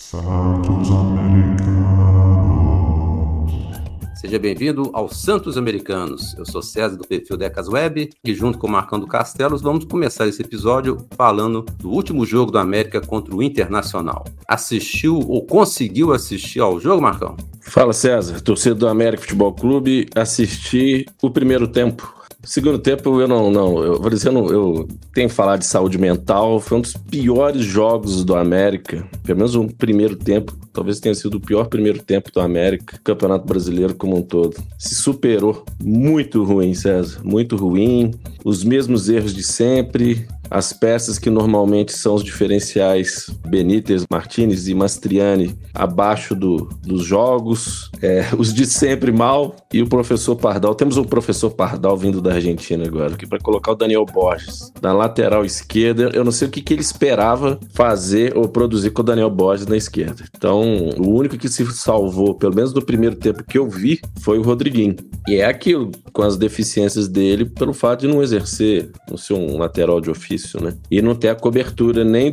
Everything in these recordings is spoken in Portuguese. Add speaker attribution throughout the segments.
Speaker 1: Santos Americanos.
Speaker 2: Seja bem-vindo aos Santos Americanos. Eu sou César do perfil Decas Web e junto com o Marcão do Castelos vamos começar esse episódio falando do último jogo do América contra o Internacional. Assistiu ou conseguiu assistir ao jogo, Marcão?
Speaker 3: Fala, César, torcedor do América Futebol Clube, assisti o primeiro tempo. Segundo tempo, eu vou dizer, eu tenho que falar de saúde mental, foi um dos piores jogos do América, pelo menos o primeiro tempo, talvez tenha sido o pior primeiro tempo do América, Campeonato Brasileiro como um todo. Se superou, muito ruim, César, muito ruim, os mesmos erros de sempre, as peças que normalmente são os diferenciais, Benítez, Martinez e Mastriani, abaixo dos jogos, os de sempre mal, e o professor Pardal. Temos um professor Pardal vindo da Argentina agora, aqui para colocar o Daniel Borges na lateral esquerda. Eu não sei o que ele esperava fazer ou produzir com o Daniel Borges na esquerda. Então, o único que se salvou, pelo menos no primeiro tempo que eu vi, foi o Rodriguinho. E é aquilo, com as deficiências dele, pelo fato de não exercer, não ser um lateral de ofício, né? E não ter a cobertura nem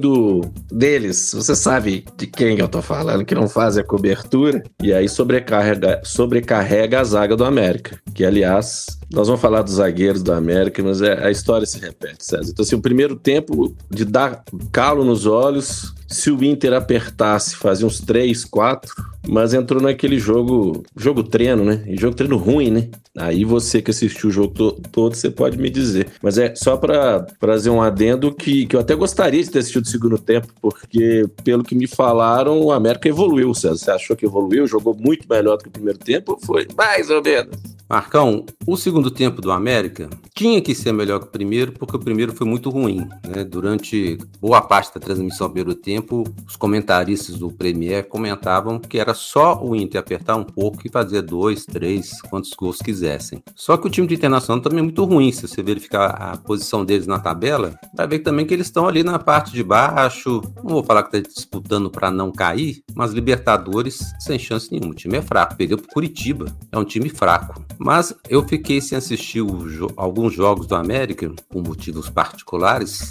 Speaker 3: deles. Você sabe de quem eu tô falando, que não faz a cobertura. E aí sobrecarrega a zaga do América. Que, aliás, nós vamos falar dos zagueiros do América, mas a história se repete, César. Então, assim, o primeiro tempo de dar calo nos olhos, se o Inter apertasse, fazia uns 3, 4, mas entrou naquele jogo treino, né? E jogo treino ruim, né? Aí você que assistiu o jogo todo, você pode me dizer. Mas é só para fazer um adendo que eu até gostaria de ter assistido o segundo tempo, porque, pelo que me falaram, o América evoluiu, César. Você achou que evoluiu? Jogou muito melhor do que o primeiro tempo? Ou foi mais ou menos?
Speaker 2: Marcão, o segundo tempo do América tinha que ser melhor que o primeiro, porque o primeiro foi muito ruim, né? Durante boa parte da transmissão do primeiro tempo, os comentaristas do Premier comentavam que era só o Inter apertar um pouco e fazer 2, 3, quantos gols quisessem. Só que o time do Internacional também é muito ruim. Se você verificar a posição deles na tabela, vai ver também que eles estão ali na parte de baixo. Não vou falar que está disputando para não cair, mas Libertadores sem chance nenhuma. O time é fraco. Perdeu para o Curitiba. É um time fraco. Mas eu fiquei sem assistir alguns jogos do América, por motivos particulares,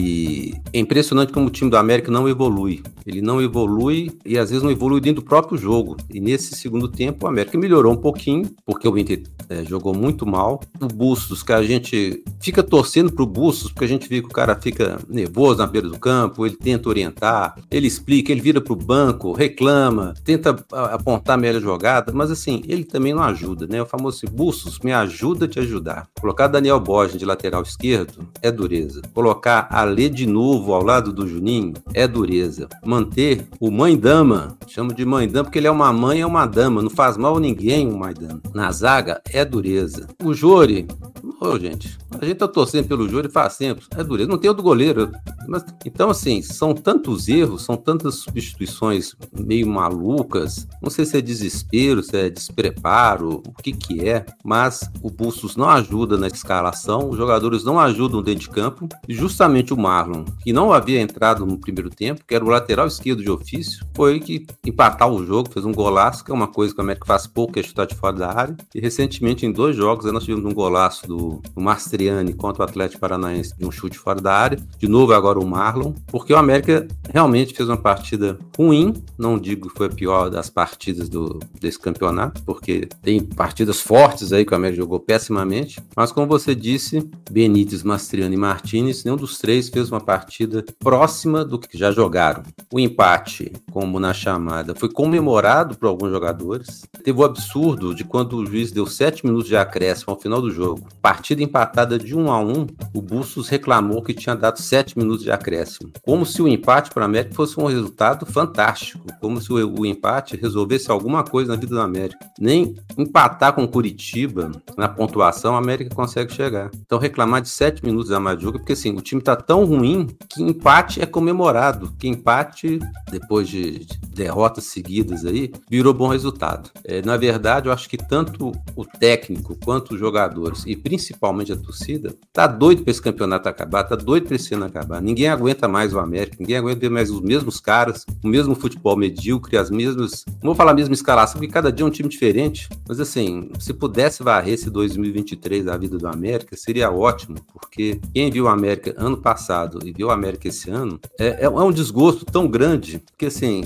Speaker 2: e é impressionante como o time do América não evolui. Ele não evolui e às vezes não evolui dentro do próprio jogo. E nesse segundo tempo o América melhorou um pouquinho, porque o Inter jogou muito mal. O Bustos, que a gente fica torcendo pro Bustos, porque a gente vê que o cara fica nervoso na beira do campo, ele tenta orientar, ele explica, ele vira pro banco, reclama, tenta apontar a melhor jogada, mas assim, ele também não ajuda, né? O famoso assim, Bustos, me ajuda a te ajudar. Colocar Daniel Borges de lateral esquerdo é dureza. Colocar Alê de novo ao lado do Juninho é dureza. Manter o Mãe Dama, chamo de Mãe Dama porque ele é uma mãe, é uma dama, não faz mal a ninguém o Mãe Dama. Na zaga é dureza. O Jori, gente, a gente tá torcendo pelo Jori faz tempo, é dureza. Não tem outro goleiro. Mas, então, assim, são tantos erros, são tantas substituições meio malucas, não sei se é desespero, se é despreparo, o que é, mas o Bustos não ajuda na escalação, os jogadores não ajudam dentro de campo, e justamente o Marlon, que não havia entrado no primeiro tempo, que era o lateral esquerdo de ofício, foi que empatar o jogo, fez um golaço, que é uma coisa que o América faz pouco, que é chutar de fora da área, e recentemente em 2 jogos nós tivemos um golaço do Mastriani contra o Atlético Paranaense, de um chute fora da área, de novo agora o Marlon, porque o América realmente fez uma partida ruim, não digo que foi a pior das partidas desse campeonato, porque tem partidas fortes aí que o América jogou pessimamente, mas como você disse, Benítez, Mastriani e Martinez, nenhum dos 3 fez uma partida próxima do que já jogaram. O empate, como na chamada, foi comemorado por alguns jogadores. Teve o absurdo de quando o juiz deu 7 minutos de acréscimo ao final do jogo. Partida empatada de 1-1, o Bustos reclamou que tinha dado 7 minutos de acréscimo. Como se o empate para o América fosse um resultado fantástico. Como se o empate resolvesse alguma coisa na vida do América. Nem empatar com o Curitiba na pontuação, a América consegue chegar. Então reclamar de 7 minutos a mais de jogo, porque assim, o time tá tão ruim que empate é comemorado. Que empate, depois de derrotas seguidas aí, virou bom resultado. Na verdade, eu acho que tanto o técnico quanto os jogadores, e principalmente a torcida, tá doido para esse campeonato acabar, tá doido para esse ano acabar. Ninguém aguenta mais o América, ninguém aguenta ver mais os mesmos caras, o mesmo futebol medíocre, as mesmas, não vou falar a mesma escalação, porque cada dia é um time diferente, mas assim, se pudesse varrer esse 2023 da vida do América, seria ótimo, porque quem viu o América ano passado e viu o América esse ano, é um desgosto tão grande, porque assim,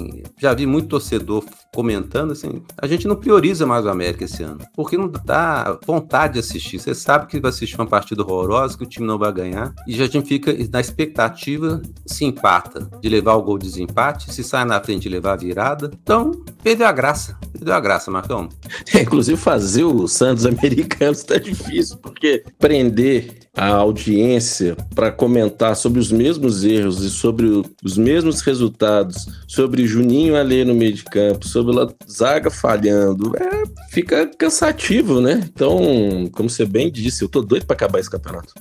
Speaker 2: já vi muito torcedor comentando assim, a gente não prioriza mais o América esse ano, porque não dá vontade de assistir. Você sabe que vai assistir uma partida horrorosa, que o time não vai ganhar, e já a gente fica na expectativa, se empata, de levar o gol de desempate, se sai na frente de levar a virada. Então, perdeu a graça, Marcão.
Speaker 3: Inclusive fazer o Santos americano está difícil, porque prender a audiência para comentar sobre os mesmos erros e sobre os mesmos resultados, sobre Juninho ali no meio de campo, sobre a zaga falhando, fica cansativo, né? Então, como você bem disse, eu tô doido para acabar esse campeonato.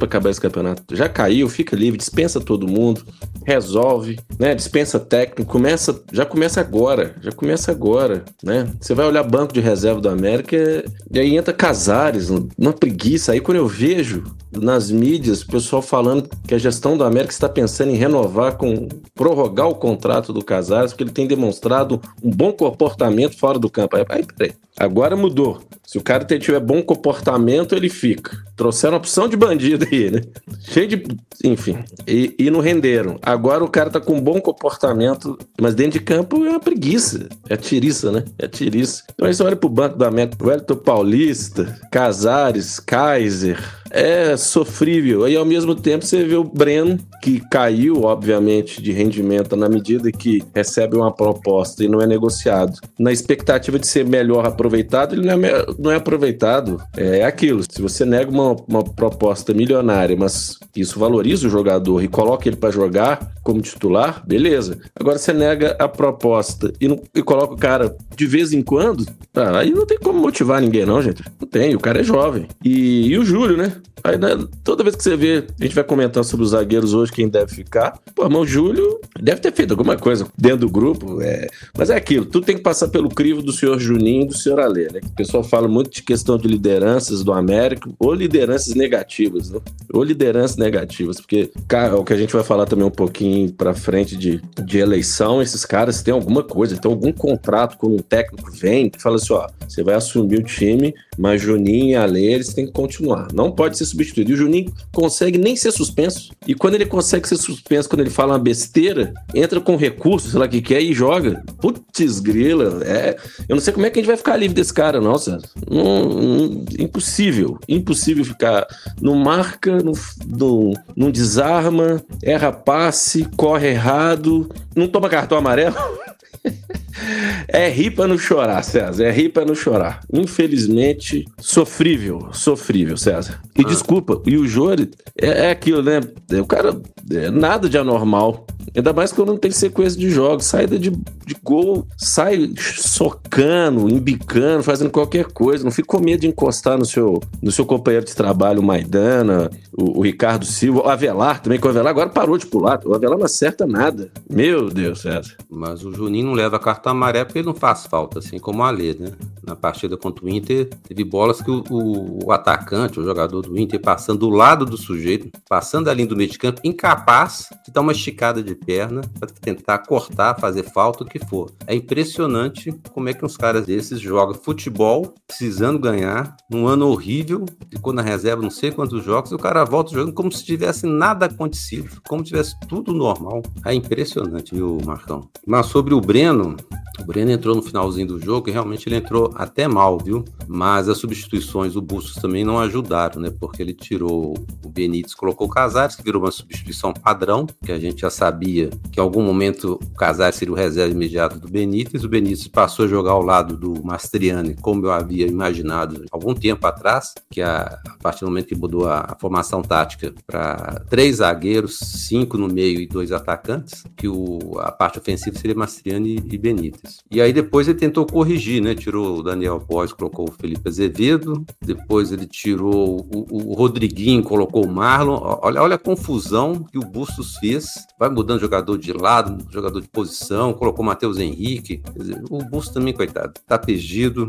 Speaker 3: Já caiu, fica livre, dispensa todo mundo, resolve, né? Dispensa técnico, já começa agora, né? Você vai olhar banco de reserva do América e aí entra Casares, uma preguiça. Aí quando eu vejo nas mídias o pessoal falando que a gestão do América está pensando em prorrogar o contrato do Casares, porque ele tem demonstrado um bom comportamento fora do campo. Peraí. Agora mudou. Se o cara tiver bom comportamento, ele fica. Trouxeram uma opção de bandido aí, né? Cheio de... Enfim. E não renderam. Agora o cara tá com bom comportamento, mas dentro de campo é uma preguiça. É tiriça, né? É tiriça. Então aí você olha pro banco do América, Wellington Paulista, Casares, Kaiser... É sofrível. Aí, ao mesmo tempo, você vê o Breno, que caiu, obviamente, de rendimento na medida que recebe uma proposta e não é negociado. Na expectativa de ser melhor aproveitado, ele não é aproveitado. É aquilo. Se você nega uma proposta milionária, mas isso valoriza o jogador e coloca ele para jogar como titular, beleza. Agora, você nega a proposta e coloca o cara de vez em quando, aí não tem como motivar ninguém, não, gente. Não tem. O cara é jovem. E o Júlio, né? Aí, né, toda vez que você vê, a gente vai comentar sobre os zagueiros hoje, quem deve ficar. Pô, irmão, o Júlio deve ter feito alguma coisa dentro do grupo. Mas é aquilo, tudo tem que passar pelo crivo do senhor Juninho e do senhor Alê, né? O pessoal fala muito de questão de lideranças do América, ou lideranças negativas, né? Porque, cara, o que a gente vai falar também um pouquinho pra frente de eleição, esses caras têm alguma coisa, tem algum contrato com um técnico, que fala assim, ó, você vai assumir o time, mas Juninho e Alê, eles têm que continuar. Não pode ser substituído. E o Juninho consegue nem ser suspenso. E quando ele consegue ser suspenso, quando ele fala uma besteira, entra com recurso, sei lá o que quer, e joga. Putz grila. Eu não sei como é que a gente vai ficar livre desse cara, não, César. Impossível. Impossível ficar. Não marca, não desarma, erra passe, corre errado, não toma cartão amarelo. É rir pra não chorar, César. É rir pra não chorar. Infelizmente, sofrível, César. E desculpa, e o Jori é aquilo, né? O cara nada de anormal. Ainda mais quando não tem sequência de jogos. Saída de gol, sai socando, embicando, fazendo qualquer coisa. Não fica com medo de encostar no seu companheiro de trabalho, o Maidana, o Ricardo Silva, o Avelar também, que o Avelar agora parou de pular. O Avelar não acerta nada. Meu Deus, César.
Speaker 2: Mas o Juninho não leva cartão amarelo porque ele não faz falta, assim como o Alê, né? Na partida contra o Inter, teve bolas que o atacante, o jogador do Inter, passando do lado do sujeito, passando a linha do meio de campo, incapaz de dar uma esticada de perna para tentar cortar, fazer falta, o que for. É impressionante como é que uns caras desses jogam futebol, precisando ganhar, num ano horrível, ficou na reserva não sei quantos jogos, e o cara volta jogando como se tivesse nada acontecido, como se tivesse tudo normal. É impressionante, viu, Marcão? Mas sobre o Breno entrou no finalzinho do jogo e realmente ele entrou até mal, viu? Mas as substituições do Bustos também não ajudaram, né? Porque ele tirou o Benítez, colocou o Casares, que virou uma substituição padrão, que a gente já sabia que em algum momento o Casares seria o reserva imediato do Benítez. O Benítez passou a jogar ao lado do Mastriani, como eu havia imaginado algum tempo atrás, que a partir do momento que mudou a formação tática para 3 zagueiros, 5 no meio e 2 atacantes, que a parte ofensiva seria Mastriani e Benítez. E aí depois ele tentou corrigir, né? Tirou o Daniel Pós, colocou o Felipe Azevedo, depois ele tirou o Rodriguinho, colocou o Marlon. Olha a confusão que o Bustos fez. Vai mudando jogador de lado, jogador de posição, colocou o Matheus Henrique. Quer dizer, o Bustos também, coitado, tá perdido.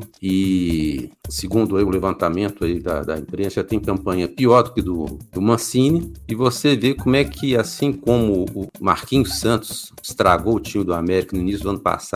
Speaker 2: E segundo aí, o levantamento aí da imprensa, já tem campanha pior do que do Mancini. E você vê como é que, assim como o Marquinhos Santos estragou o time do América no início do ano passado, aí chegou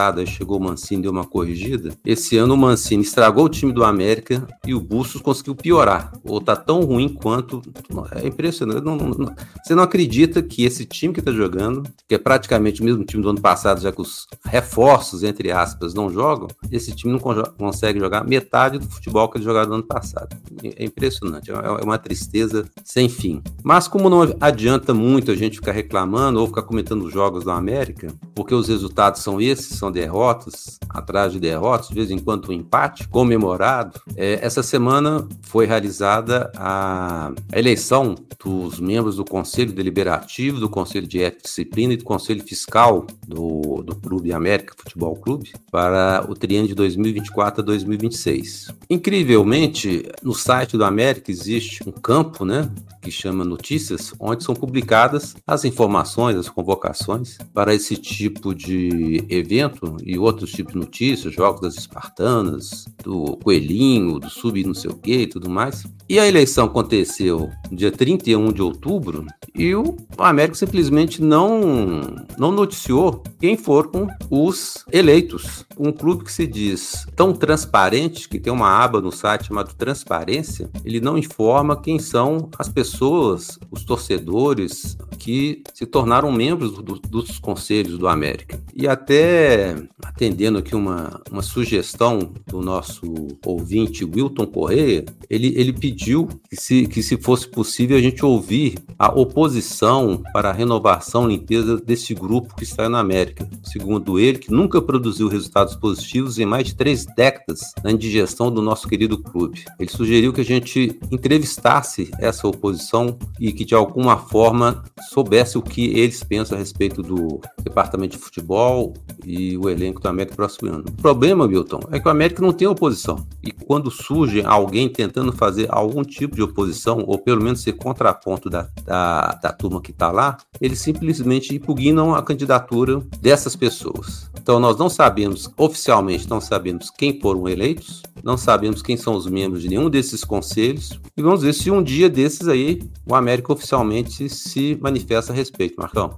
Speaker 2: chegou o Mancini, deu uma corrigida. Esse ano o Mancini estragou o time do América e o Bustos conseguiu piorar. Ou tá tão ruim quanto... É impressionante. Você não acredita que esse time que tá jogando, que é praticamente o mesmo time do ano passado, já que os reforços, entre aspas, não jogam, esse time não consegue jogar metade do futebol que ele jogava no ano passado. É impressionante. É uma tristeza sem fim. Mas como não adianta muito a gente ficar reclamando ou ficar comentando os jogos do América, porque os resultados são esses, são derrotas, atrás de derrotas, de vez em quando um empate comemorado. Essa semana foi realizada a eleição dos membros do Conselho Deliberativo, do Conselho de Ética e Disciplina e do Conselho Fiscal do Clube América Futebol Clube para o triênio de 2024 a 2026. Incrivelmente, no site do América existe um campo, né, que chama Notícias, onde são publicadas as informações, as convocações para esse tipo de evento e outros tipos de notícias, jogos das Espartanas, do Coelhinho, do Sub não sei o que e tudo mais. E a eleição aconteceu no dia 31 de outubro e o América simplesmente não noticiou quem foram os eleitos. Um clube que se diz tão transparente, que tem uma aba no site chamada Transparência, ele não informa quem são as pessoas, os torcedores que se tornaram membros dos conselhos do América. E até atendendo aqui uma sugestão do nosso ouvinte Wilton Correia, ele pediu que se fosse possível a gente ouvir a oposição para a renovação e limpeza desse grupo que está na América. Segundo ele, que nunca produziu resultados positivos em mais de 3 décadas na indigestão do nosso querido clube. Ele sugeriu que a gente entrevistasse essa oposição e que de alguma forma soubesse o que eles pensam a respeito do departamento de futebol e o elenco do América próximo ano. O problema, Milton, é que o América não tem oposição. E quando surge alguém tentando fazer algum tipo de oposição, ou pelo menos ser contraponto da turma que está lá, eles simplesmente impugnam a candidatura dessas pessoas. Então nós não sabemos, oficialmente não sabemos quem foram eleitos, não sabemos quem são os membros de nenhum desses conselhos, e vamos ver se um dia desses aí o América oficialmente se manifesta a respeito, Marcão.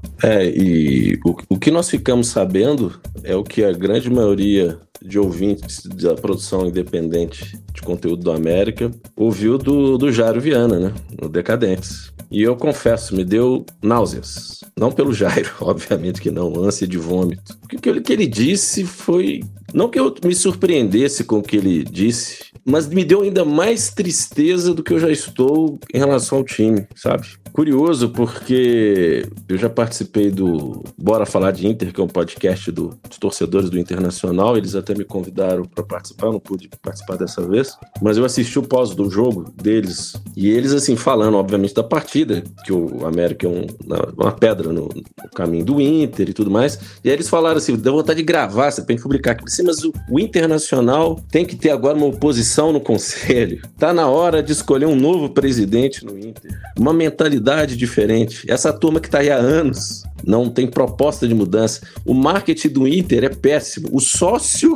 Speaker 3: E o que nós ficamos sabendo é o que a grande maioria de ouvintes da produção independente de conteúdo do América ouviu do Jairo Viana, né, no Decadentes. E eu confesso, me deu náuseas. Não pelo Jairo, obviamente que não, ânsia de vômito. Porque o que ele disse foi... Não que eu me surpreendesse com o que ele disse, mas me deu ainda mais tristeza do que eu já estou em relação ao time, sabe? Curioso, porque eu já participei do Bora Falar de Inter, que é um podcast dos torcedores do Internacional. Eles até me convidaram para participar, não pude participar dessa vez, mas eu assisti o pós do jogo deles, e eles, assim, falando, obviamente, da partida, que o América é uma pedra no caminho do Inter e tudo mais, e aí eles falaram assim, deu vontade de gravar, você tem que publicar aqui, assim, mas o Internacional tem que ter agora uma oposição no conselho, tá na hora de escolher um novo presidente no Inter, uma mentalidade diferente. Essa turma que tá aí há anos não tem proposta de mudança. O marketing do Inter é péssimo. O sócio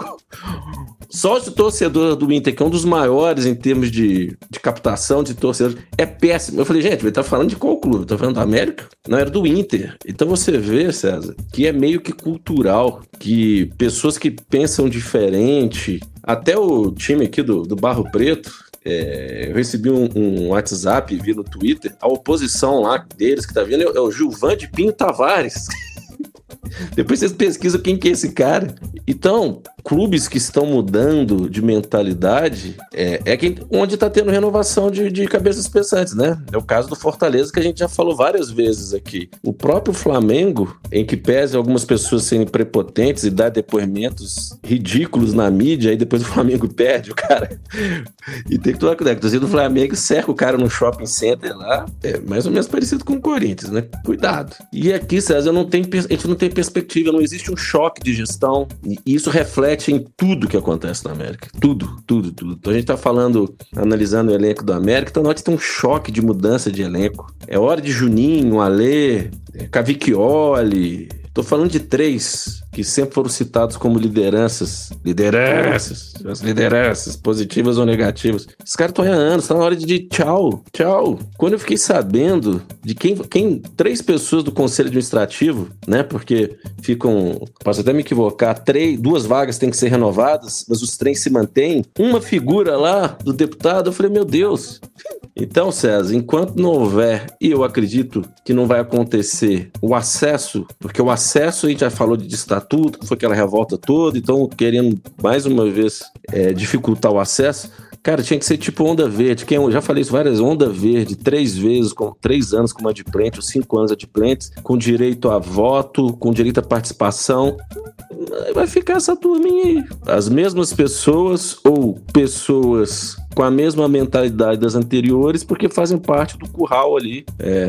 Speaker 3: torcedor do Inter, que é um dos maiores em termos de captação de torcedores, é péssimo. Eu falei, gente, ele tá falando de qual clube? Tá falando da América? Não, era do Inter. Então você vê, César, que é meio que cultural, que pessoas que pensam diferente, até o time aqui do Barro Preto, eu recebi um WhatsApp e vi no Twitter, a oposição lá deles que tá vindo é o Gilvan de Pinho Tavares. Depois vocês pesquisam quem que é esse cara. Então, clubes que estão mudando de mentalidade onde está tendo renovação de cabeças pensantes, né? É o caso do Fortaleza, que a gente já falou várias vezes aqui. O próprio Flamengo, em que pese algumas pessoas serem prepotentes e dar depoimentos ridículos na mídia, aí depois o Flamengo perde o cara. E tem que tomar cuidado. A torcida do Flamengo cerca o cara no shopping center lá, é mais ou menos parecido com o Corinthians, né? Cuidado. E aqui, César, a gente não tem perspectiva, não existe um choque de gestão, e isso reflete em tudo que acontece na América. Tudo. Então a gente tá analisando o elenco do América, então nós temos um choque de mudança de elenco. É hora de Juninho, Alê, Cavicchioli, Tô falando de 3 que sempre foram citados como lideranças, as lideranças, positivas ou negativas. Os caras estão há anos, tá na hora de tchau. Quando eu fiquei sabendo de quem 3 pessoas do Conselho Administrativo, né, porque posso até me equivocar, 2 vagas têm que ser renovadas, mas os 3 se mantêm, uma figura lá do deputado, eu falei, meu Deus. Então, César, enquanto não houver, e eu acredito que não vai acontecer, o acesso, porque o acesso a gente já falou de estatuto, que foi aquela revolta toda, então querendo mais uma vez dificultar o acesso, cara, tinha que ser tipo onda verde, eu já falei isso várias vezes, onda verde, 3 vezes, com 3 anos como adimplente, ou 5 anos adimplentes, com direito a voto, com direito à participação, vai ficar essa turminha aí. As mesmas pessoas ou pessoas com a mesma mentalidade das anteriores, porque fazem parte do curral ali.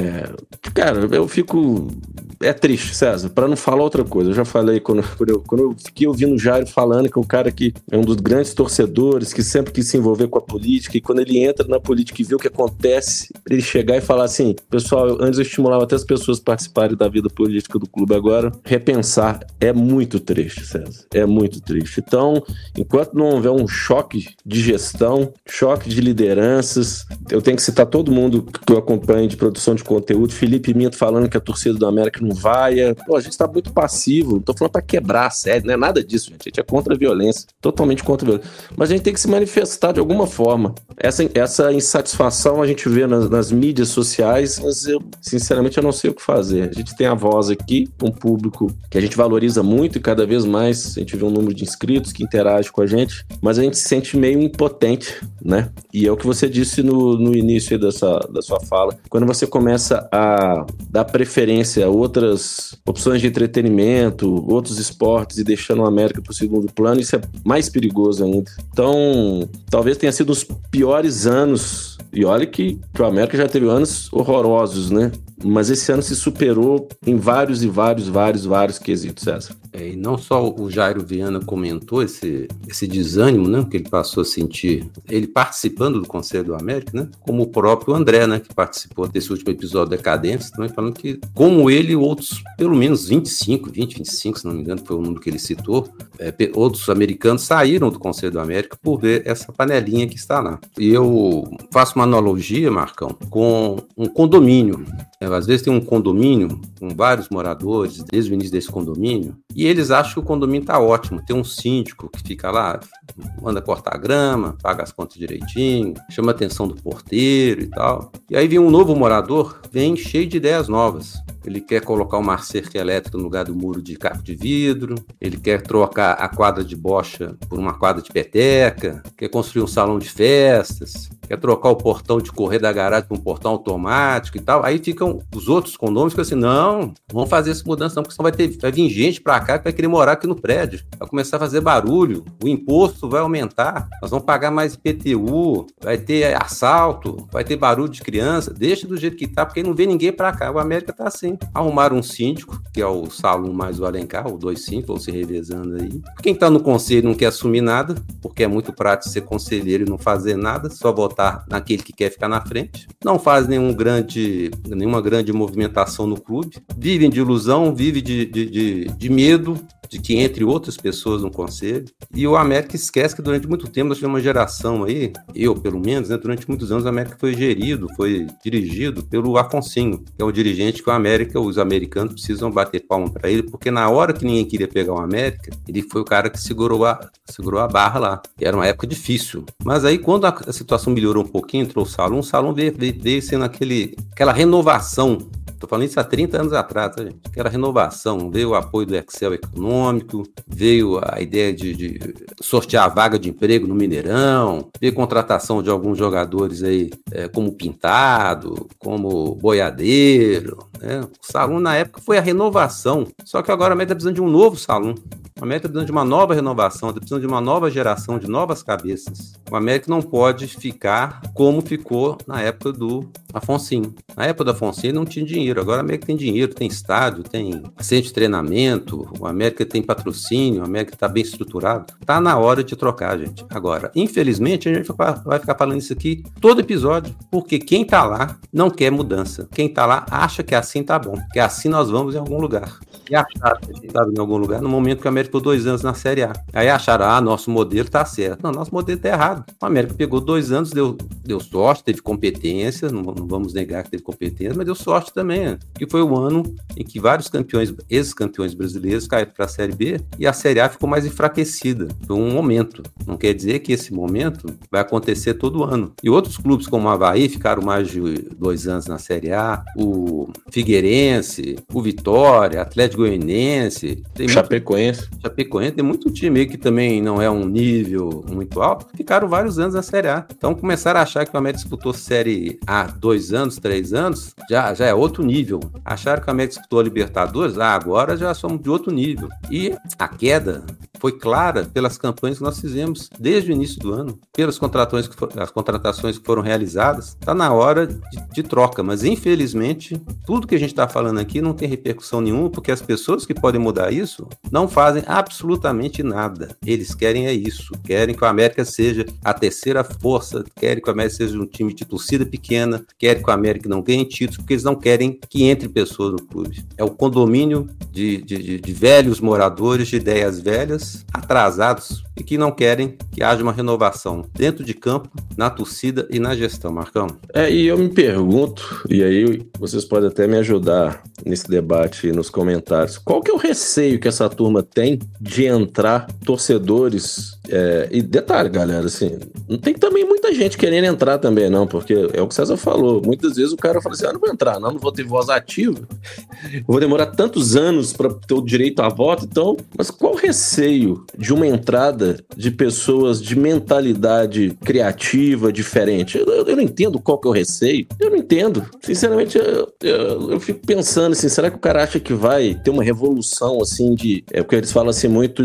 Speaker 3: Cara, eu fico... É triste, César, para não falar outra coisa. Eu já falei quando eu fiquei ouvindo o Jairo falando que é um cara que é um dos grandes torcedores, que sempre quis se envolver com a política, e quando ele entra na política e vê o que acontece, ele chegar e falar assim, pessoal, antes eu estimulava até as pessoas participarem da vida política do clube, agora repensar é muito triste, César. É muito triste. Então, enquanto não houver um choque de gestão, choque de lideranças, eu tenho que citar todo mundo que eu acompanho de produção de conteúdo, Felipe Minto falando que a torcida do América não vai. Pô, a gente tá muito passivo, não tô falando pra quebrar a série, não é nada disso, gente. A gente é contra a violência, totalmente contra a violência. Mas a gente tem que se manifestar de alguma forma. Essa insatisfação a gente vê nas mídias sociais, mas sinceramente, eu não sei o que fazer. A gente tem a voz aqui, um público que a gente valoriza muito e cada vez mais a gente vê um número de inscritos que interage com a gente, mas a gente se sente meio impotente, né? E é o que você disse no início da sua fala. Quando você começa a dar preferência a outras opções de entretenimento, outros esportes e deixando o América para o segundo plano, isso é mais perigoso ainda. Então, talvez tenha sido os piores anos, e olha que o América já teve anos horrorosos, né? Mas esse ano se superou em vários quesitos, César.
Speaker 2: E não só o Jairo Viana comentou esse desânimo, né, que ele passou a sentir, ele participando do Conselho do América, né, como o próprio André, né, que participou desse último episódio Decadentes, também falando que, como ele, outros, pelo menos 25, se não me engano, foi o número que ele citou, outros americanos saíram do Conselho do América por ver essa panelinha que está lá. E eu faço uma analogia, Marcão, com um condomínio. Às vezes tem um condomínio com vários moradores, desde o início desse condomínio, e eles acham que o condomínio está ótimo. Tem um síndico que fica lá, manda cortar grama, paga as contas direitinho, chama a atenção do porteiro e tal. E aí vem um novo morador, vem cheio de ideias novas. Ele quer colocar uma cerca elétrica no lugar do muro de caco de vidro, ele quer trocar a quadra de bocha por uma quadra de peteca, quer construir um salão de festas, quer trocar o portão de correr da garagem por um portão automático e tal. Aí ficam os outros condôminos que assim, não vamos fazer essa mudança não, porque senão vai vir gente pra cá que vai querer morar aqui no prédio, vai começar a fazer barulho, o imposto vai aumentar, nós vamos pagar mais IPTU, vai ter assalto, vai ter barulho de criança, deixa do jeito que tá, porque não vem ninguém pra cá. O América tá assim. Arrumaram um síndico, que é o Salum mais o Alencar, o 2 síndicos, vão se revezando aí. Quem tá no conselho não quer assumir nada, porque é muito prático ser conselheiro e não fazer nada, só votar naquele que quer ficar na frente. Não faz nenhuma grande movimentação no clube. Vivem de ilusão, vivem de medo de que entre outras pessoas no conselho. E o América esquece que durante muito tempo nós tivemos uma geração aí, eu pelo menos, né, durante muitos anos o América foi dirigido pelo Afonsinho, que é o dirigente que os americanos precisam bater palma para ele, porque na hora que ninguém queria pegar o América, ele foi o cara que segurou a barra lá. E era uma época difícil. Mas aí quando a situação melhorou um pouquinho, entrou o Salum veio sendo aquela renovação. Estou falando isso há 30 anos atrás, tá, gente? Aquela renovação, veio o apoio do Excel econômico, veio a ideia de sortear a vaga de emprego no Mineirão, veio contratação de alguns jogadores aí, como Pintado, como Boiadeiro, né? O Salum, na época, foi a renovação. Só que agora a América está precisando de um novo Salum. O América está precisando de uma nova renovação, está precisando de uma nova geração, de novas cabeças. O América não pode ficar como ficou na época do Afonsinho. Na época do Afonsinho não tinha dinheiro, agora o América tem dinheiro, tem estádio, tem centro de treinamento, o América tem patrocínio, o América está bem estruturado. Está na hora de trocar, gente. Agora, infelizmente, a gente vai ficar falando isso aqui todo episódio, porque quem está lá não quer mudança. Quem está lá acha que assim tá bom, que assim nós vamos em algum lugar. E acharam que a gente estava em algum lugar no momento que o América ficou 2 anos na Série A. Aí acharam, nosso modelo tá certo. Não, nosso modelo tá errado. O América pegou 2 anos, deu sorte, teve competência, não vamos negar que teve competência, mas deu sorte também, que foi o ano em que vários ex-campeões brasileiros caíram para a Série B e a Série A ficou mais enfraquecida. Foi um momento. Não quer dizer que esse momento vai acontecer todo ano. E outros clubes como o Avaí ficaram mais de 2 anos na Série A, o Figueirense, o Vitória, Atlético Goianiense,
Speaker 3: Chapecoense,
Speaker 2: tem muito time aí que também não é um nível muito alto, ficaram vários anos na Série A. Então começaram a achar que o América disputou Série A 2 anos, 3 anos, já é outro nível. Acharam que o América disputou a Libertadores, agora já somos de outro nível. E a queda foi clara pelas campanhas que nós fizemos desde o início do ano, pelas contratações que foram realizadas. Está na hora de troca, mas infelizmente tudo que a gente está falando aqui não tem repercussão nenhuma, porque as pessoas que podem mudar isso não fazem absolutamente nada. Eles querem isso, querem que o América seja a terceira força, querem que o América seja um time de torcida pequena, querem que o América não ganhe títulos, porque eles não querem que entre pessoas no clube. É o condomínio de velhos moradores, de ideias velhas, atrasados e que não querem que haja uma renovação dentro de campo, na torcida e na gestão, Marcão.
Speaker 3: E eu me pergunto, e aí vocês podem até me ajudar nesse debate nos comentários, qual que é o receio que essa turma tem de entrar torcedores? E detalhe, galera, assim, não tem também muita gente querendo entrar também, não, porque é o que o César falou, muitas vezes o cara fala assim, não vou entrar, não vou ter voz ativa, vou demorar tantos anos para ter o direito a voto, então, mas qual o receio de uma entrada de pessoas de mentalidade criativa, diferente? Eu não entendo qual que é o receio, eu não entendo, sinceramente, eu fico pensando assim, será que o cara acha que vai ter uma revolução, assim, porque eles falam assim muito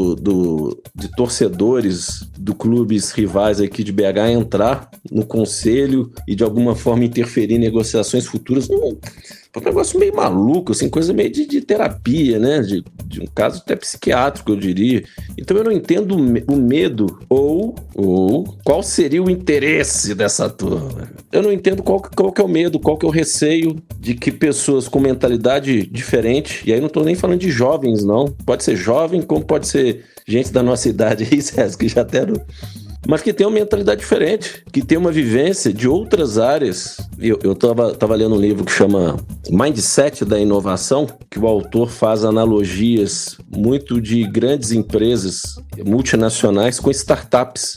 Speaker 3: de torcedores do clubes rivais aqui de BH entrar no conselho e de alguma forma interferir em negociações futuras. É um negócio meio maluco, assim, coisa meio de terapia, né? De um caso até psiquiátrico, eu diria. Então eu não entendo o medo ou qual seria o interesse dessa turma. Eu não entendo qual que é o medo, qual que é o receio de que pessoas com mentalidade diferente, e aí não estou nem falando de jovens, não. Pode ser jovem, como pode ser gente da nossa idade aí, César, que já até não... Mas que tem uma mentalidade diferente, que tem uma vivência de outras áreas. Eu tava lendo um livro que chama Mindset da Inovação, que o autor faz analogias muito de grandes empresas multinacionais com startups.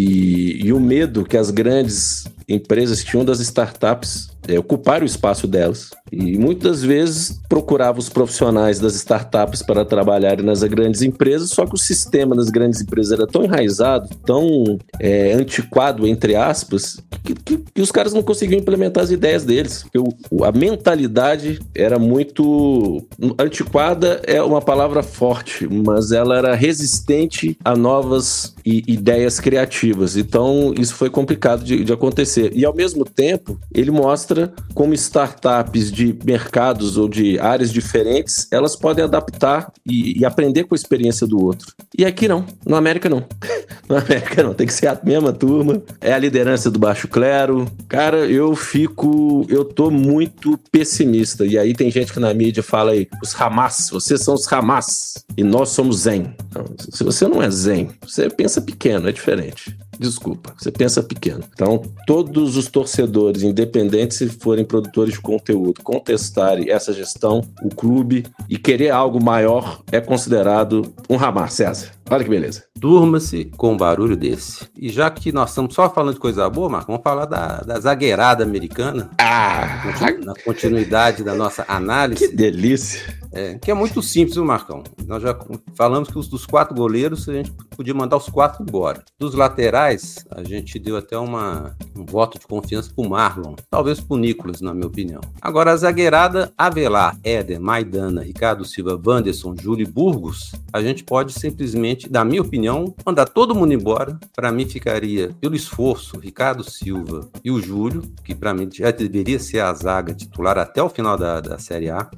Speaker 3: E o medo que as grandes empresas tinham das startups ocupar o espaço delas. E muitas vezes procurava os profissionais das startups para trabalharem nas grandes empresas, só que o sistema das grandes empresas era tão enraizado, tão antiquado, entre aspas, que os caras não conseguiam implementar as ideias deles. A mentalidade era muito... Antiquada é uma palavra forte, mas ela era resistente a novas ideias criativas. Então, isso foi complicado de acontecer. E, ao mesmo tempo, ele mostra como startups de mercados ou de áreas diferentes, elas podem adaptar e aprender com a experiência do outro. E aqui não. No América não. No América não. Tem que ser a mesma turma. É a liderança do baixo clero. Cara, eu tô muito pessimista. E aí tem gente que na mídia fala aí, os Hamas, vocês são os Hamas e nós somos Zen. Não, se você não é Zen, você pensa pequeno, é diferente. Desculpa, você pensa pequeno. Então, todos os torcedores, independentes se forem produtores de conteúdo, contestarem essa gestão, o clube, e querer algo maior é considerado um Hamas, César. Olha que beleza.
Speaker 2: Durma-se com um barulho desse. E já que nós estamos só falando de coisa boa, Marcos, vamos falar da zagueirada americana. Na continuidade da nossa análise.
Speaker 3: Que delícia.
Speaker 2: Que é muito simples, viu, Marcão? Nós já falamos que dos 4 goleiros, a gente podia mandar os 4 embora. Dos laterais, a gente deu até um voto de confiança pro Marlon, talvez pro Nicolas, na minha opinião. Agora, a zagueirada, Avelar, Éder, Maidana, Ricardo Silva, Wanderson, Júlio e Burgos, a gente pode simplesmente, na minha opinião, mandar todo mundo embora. Para mim ficaria, pelo esforço, Ricardo Silva e o Júlio, que para mim já deveria ser a zaga titular até o final da Série A,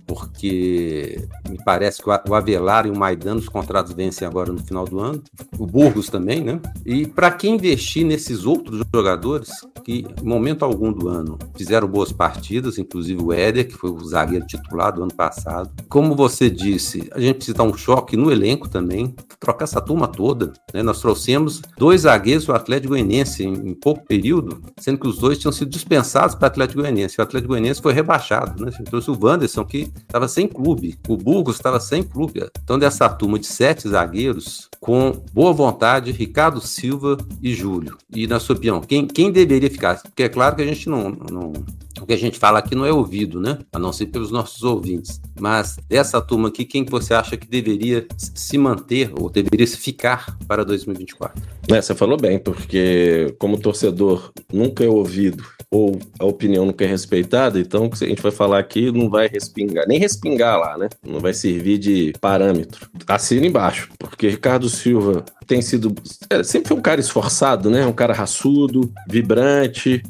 Speaker 2: porque me parece que o Avelar e o Maidana, os contratos vencem agora no final do ano, o Burgos também, né? E para que investir nesses outros jogadores que, em momento algum do ano, fizeram boas partidas, inclusive o Éder, que foi o zagueiro titular do ano passado. Como você disse, a gente precisa dar um choque no elenco também, trocar essa turma toda, né? Nós trouxemos 2 zagueiros do Atlético Goianiense em pouco período, sendo que os 2 tinham sido dispensados para o Atlético Goianiense. O Atlético Goianiense foi rebaixado, né? A gente trouxe o Wanderson, que estava sem clube, o Burgos estava sem clube. Então, dessa turma de 7 zagueiros, com boa vontade, Ricardo Silva e Júlio. E, na sua opinião, quem deveria ficar? Porque é claro que a gente não o que a gente fala aqui não é ouvido, né? A não ser pelos nossos ouvintes. Mas dessa turma aqui, quem você acha que deveria se manter ou deveria ficar para 2024?
Speaker 3: Você falou bem, porque como torcedor nunca é ouvido ou a opinião nunca é respeitada, então o que a gente vai falar aqui não vai respingar, nem respingar lá, né? Não vai servir de parâmetro. Assina embaixo, porque Ricardo Silva tem sido... sempre foi um cara esforçado, né? Um cara raçudo, vibrante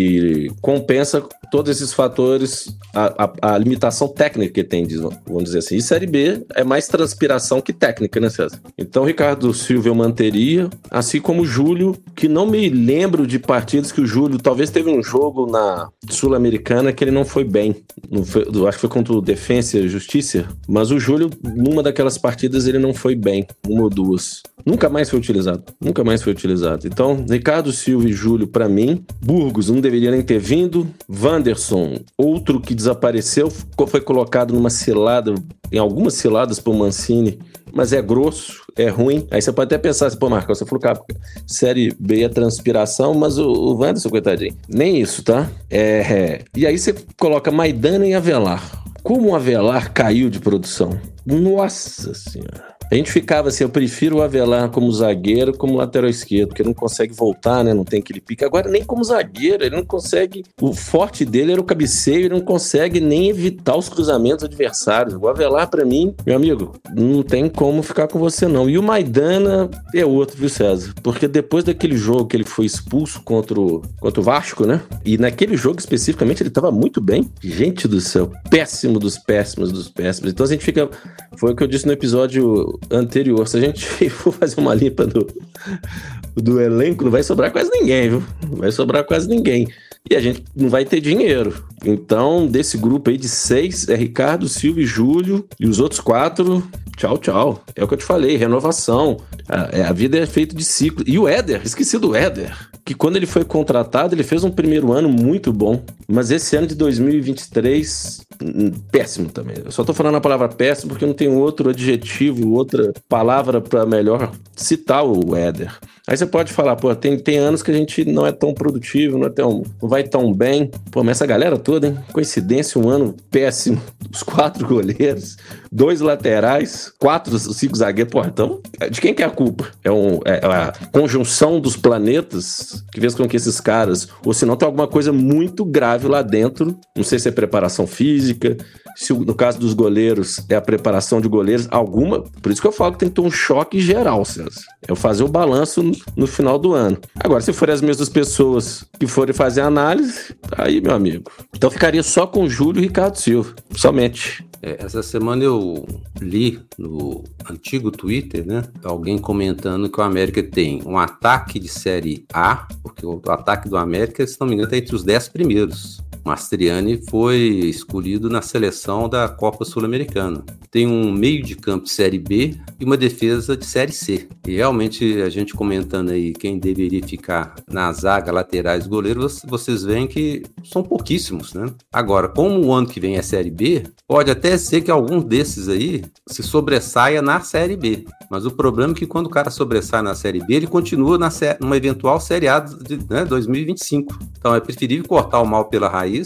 Speaker 3: e compensa todos esses fatores, a limitação técnica que tem, vamos dizer assim. E Série B é mais transpiração que técnica, né, César? Então, Ricardo Silva eu manteria, assim como o Júlio, que não me lembro de partidas que o Júlio, talvez teve um jogo na Sul-Americana que ele não foi bem. Acho que foi contra o Defensa e Justiça, mas o Júlio, numa daquelas partidas, ele não foi bem, uma ou duas. Nunca mais foi utilizado. Então, Ricardo Silva e Júlio, pra mim. Burgos não deveria nem ter vindo. Wanderson, outro que desapareceu, foi colocado numa cilada, em algumas ciladas por Mancini, mas é grosso, é ruim. Aí você pode até pensar assim, pô, Marcos, você falou que a Série B é transpiração, mas o Wanderson, coitadinho, nem isso, tá? E aí você coloca Maidana e Avelar. Como o Avelar caiu de produção? Nossa Senhora! A gente ficava assim, eu prefiro o Avelar como zagueiro, como lateral esquerdo, porque ele não consegue voltar, né? Não tem aquele pique. Agora, nem como zagueiro, ele não consegue... O forte dele era o cabeceio, ele não consegue nem evitar os cruzamentos adversários. O Avelar, pra mim, meu amigo, não tem como ficar com você, não. E o Maidana é outro, viu, César? Porque depois daquele jogo que ele foi expulso contra o Vasco, né? E naquele jogo especificamente, ele tava muito bem. Gente do céu, péssimo dos péssimos dos péssimos. Então a gente fica... Foi o que eu disse no episódio anterior. Se a gente for fazer uma limpa do elenco, não vai sobrar quase ninguém, viu? Não vai sobrar quase ninguém. E a gente não vai ter dinheiro. Então, desse grupo aí de 6, é Ricardo, Silva e Júlio. E os outros 4, tchau, tchau. É o que eu te falei, renovação. A vida é feita de ciclo. E o Éder, esqueci do Éder, que quando ele foi contratado, ele fez um primeiro ano muito bom. Mas esse ano de 2023, péssimo também. Eu só tô falando a palavra péssimo porque não tem outro adjetivo, outra palavra para melhor citar o Éder. Aí você pode falar, pô, tem anos que a gente não é tão produtivo, não vai tão bem. Pô, mas essa galera toda, hein? Coincidência, um ano péssimo. Os 4 goleiros, 2 laterais, 5 zagueiros. Pô, então, de quem que é a culpa? É a conjunção dos planetas que fez com que esses caras... Ou se não, tem alguma coisa muito grave lá dentro. Não sei se é preparação física, se no caso dos goleiros é a preparação de goleiros, alguma... Por isso que eu falo que tem que ter um choque geral, César. É fazer o balanço no final do ano. Agora, se forem as mesmas pessoas que forem fazer a análise, aí, meu amigo. Então ficaria só com Júlio e Ricardo Silva. Somente.
Speaker 2: Essa semana eu li no antigo Twitter, né? Alguém comentando que o América tem um ataque de Série A, porque o ataque do América, se não me engano, está entre os 10 primeiros. Mastriani foi escolhido na seleção da Copa Sul-Americana. Tem um meio de campo de Série B e uma defesa de Série C. E realmente, a gente comentando aí quem deveria ficar na zaga, laterais, goleiros, vocês veem que são pouquíssimos, né? Agora, como o ano que vem é Série B, pode até ser que algum desses aí se sobressaia na Série B. Mas o problema é que quando o cara sobressai na Série B, ele continua numa eventual Série A de 2025. Então é preferível cortar o mal pela raiz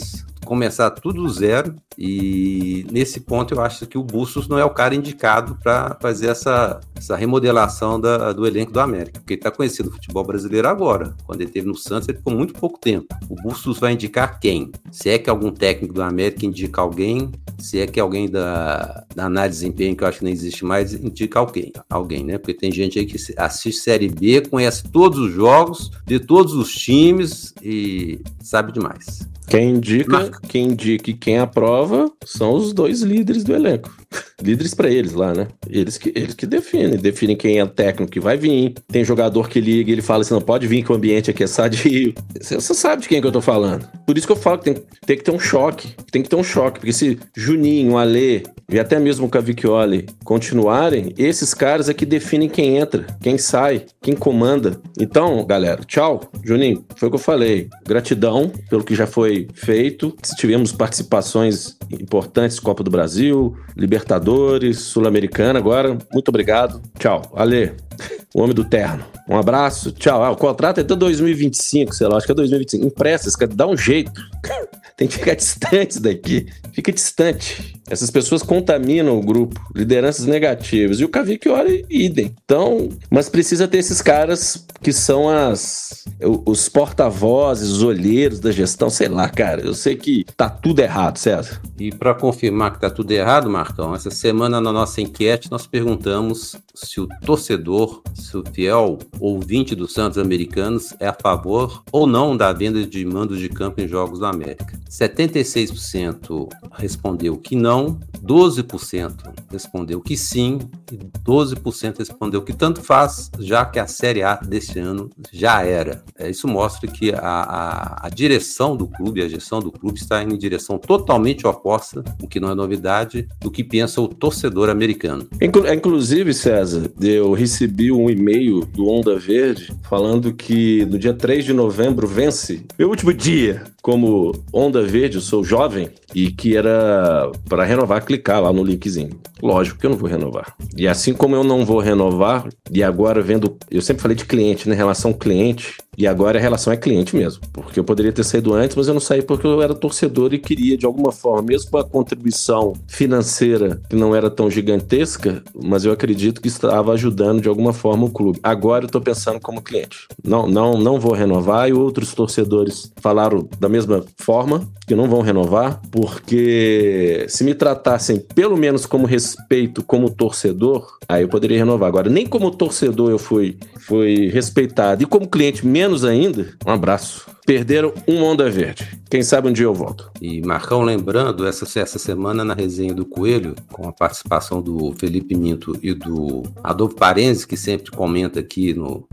Speaker 2: começar tudo do zero, e nesse ponto eu acho que o Bustos não é o cara indicado para fazer essa remodelação do elenco do América, porque ele está conhecendo o futebol brasileiro agora. Quando ele esteve no Santos, ele ficou muito pouco tempo. O Bustos vai indicar quem? Se é que algum técnico do América indica alguém, se é que alguém da análise de desempenho, que eu acho que não existe mais, indica alguém, né? Porque tem gente aí que assiste Série B, conhece todos os jogos, de todos os times e sabe demais.
Speaker 3: Quem indica e quem aprova são os dois líderes do elenco. Líderes pra eles lá, né? Eles que definem quem é o técnico que vai vir. Tem jogador que liga e ele fala assim, não pode vir que o ambiente aqui é sadio. Você sabe de quem que eu tô falando. Por isso que eu falo que tem que ter um choque. Tem que ter um choque, porque se Juninho, Alê e até mesmo o Cavicchioli continuarem, esses caras é que definem quem entra, quem sai, quem comanda. Então, galera, tchau. Juninho, foi o que eu falei. Gratidão pelo que já foi feito. Se tivemos participações importantes, Copa do Brasil, Libertadores, Sul-Americana, agora, muito obrigado. Tchau. Alê, o homem do terno. Um abraço, tchau. O contrato é até 2025, sei lá, acho que é 2025. Empresta, esse cara dá um jeito. Tem que ficar distante daqui. Fica distante. Essas pessoas contaminam o grupo. Lideranças negativas. E o Cavicchioli, idem. Então, mas precisa ter esses caras que são os porta-vozes, os olheiros da gestão. Sei lá, cara. Eu sei que tá tudo errado, César.
Speaker 2: E para confirmar que tá tudo errado, Marcão, essa semana na nossa enquete nós perguntamos se o torcedor, se o fiel ouvinte dos Santos Americanos é a favor ou não da venda de mandos de campo em jogos da América. 76% respondeu que não, 12% respondeu que sim e 12% respondeu que tanto faz, já que a Série A deste ano já era. Isso mostra que a direção do clube, a gestão do clube está em direção totalmente oposta, o que não é novidade, do que pensa o torcedor americano.
Speaker 3: Inclusive, César, eu recebi um e-mail do Onda Verde falando que no dia 3 de novembro vence meu último dia como Onda Verde, eu sou jovem, e que era para renovar, clicar lá no linkzinho. Lógico que eu não vou renovar. E assim como eu não vou renovar, e agora vendo, eu sempre falei de cliente, né? Relação cliente, e agora a relação é cliente mesmo. Porque eu poderia ter saído antes, mas eu não saí porque eu era torcedor e queria, de alguma forma, mesmo com a contribuição financeira que não era tão gigantesca, mas eu acredito que estava ajudando de alguma forma o clube. Agora eu tô pensando como cliente. Não vou renovar, e outros torcedores falaram da mesma forma, que não vão renovar, porque se me tratassem pelo menos como respeito como torcedor, aí eu poderia renovar. Agora, nem como torcedor eu fui respeitado, e como cliente menos ainda. Um abraço. Perderam um Onda Verde. Quem sabe um dia eu volto.
Speaker 2: E Marcão, lembrando, essa semana na resenha do Coelho, com a participação do Felipe Minto e do Adolfo Parenzi, que sempre comenta aqui no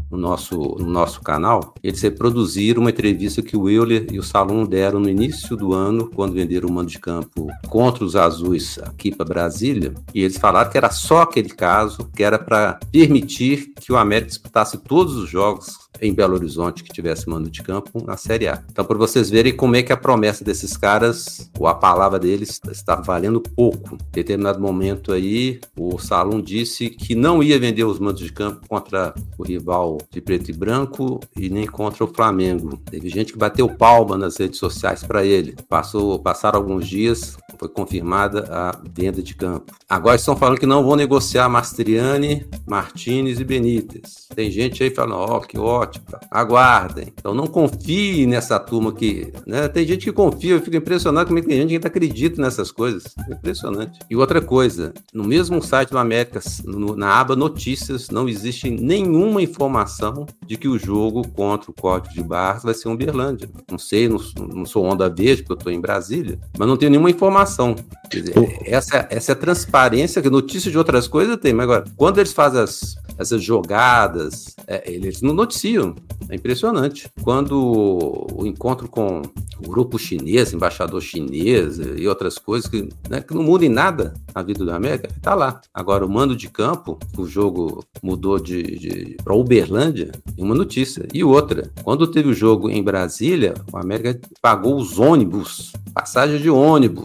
Speaker 2: nosso canal, eles reproduziram uma entrevista que o Euler e o Salum deram no início do ano, quando venderam o mando de campo contra os azuis aqui para Brasília, e eles falaram que era só aquele caso, que era para permitir que o América disputasse todos os jogos em Belo Horizonte que tivesse mando de campo na Série A. Então, para vocês verem como é que a promessa desses caras, ou a palavra deles, está valendo pouco. Em determinado momento aí, o Salum disse que não ia vender os mandos de campo contra o rival de preto e branco e nem contra o Flamengo. Teve gente que bateu palma nas redes sociais para ele. Passaram alguns dias, foi confirmada a venda de campo. Agora estão falando que não vão negociar Mastriani, Martínez e Benítez. Tem gente aí falando, que ótimo, aguardem. Então não confie nessa turma que, né? Tem gente que confia, eu fico impressionado como é que tem gente que ainda acredita nessas coisas. É impressionante. E outra coisa, no mesmo site do América, na aba Notícias, não existe nenhuma informação de que o jogo contra o Código de Barras vai ser em Uberlândia. Não sei, não sou Onda Verde, porque eu estou em Brasília, mas não tenho nenhuma informação. Quer dizer, essa é a transparência, que notícia de outras coisas tem, mas agora, quando eles fazem essas jogadas, eles não noticiam. É impressionante. Quando o encontro com o grupo chinês, embaixador chinês e outras coisas que não mudam em nada na vida do América, tá lá. Agora, o mando de campo, o jogo mudou para Uberlândia, uma notícia. E outra, quando teve o jogo em Brasília, o América pagou os ônibus, passagem de ônibus,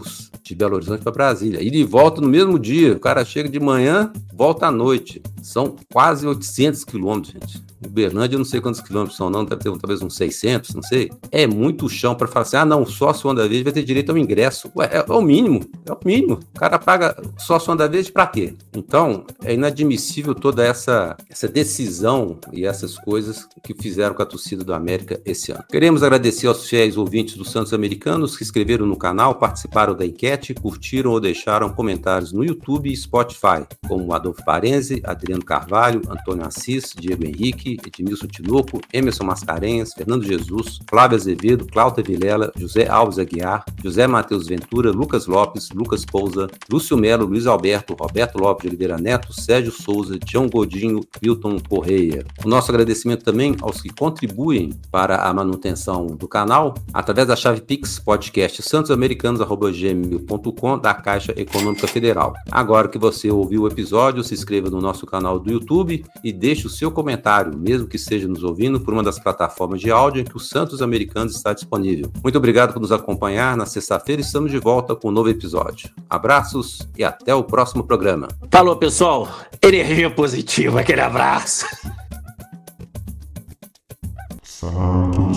Speaker 2: de Belo Horizonte para Brasília. E de volta no mesmo dia. O cara chega de manhã, volta à noite. São quase 800 quilômetros, gente. Uberlândia, eu não sei quantos quilômetros são, não. Deve ter talvez uns 600, não sei. É muito chão para falar assim, não, o sócio WandaVerde vai ter direito ao ingresso. Ué, é o mínimo. É o mínimo. O cara paga sócio WandaVerde para quê? Então, é inadmissível toda essa decisão e essas coisas que fizeram com a torcida do América esse ano. Queremos agradecer aos fiéis ouvintes do Santos Americanos que se inscreveram no canal, participaram da enquete, curtiram ou deixaram comentários no YouTube e Spotify, como Adolfo Parenzi, Adriano Carvalho, Antônio Assis, Diego Henrique, Edmilson Tinoco, Emerson Mascarenhas, Fernando Jesus, Flávio Azevedo, Cláudia Vilela, José Alves Aguiar, José Matheus Ventura, Lucas Lopes, Lucas Pousa, Lúcio Melo, Luiz Alberto, Roberto Lopes de Oliveira Neto, Sérgio Souza, Tião Godinho, Wilton Correia. O nosso agradecimento também aos que contribuem para a manutenção do canal através da chave Pix Podcast santosamericanos@gmail.com da Caixa Econômica Federal. Agora que você ouviu o episódio, se inscreva no nosso canal do YouTube e deixe o seu comentário, mesmo que esteja nos ouvindo por uma das plataformas de áudio em que o Santos Americanos está disponível. Muito obrigado por nos acompanhar. Na sexta-feira estamos de volta com um novo episódio. Abraços e até o próximo programa.
Speaker 1: Falou, pessoal. Energia positiva. Aquele abraço.
Speaker 4: Santos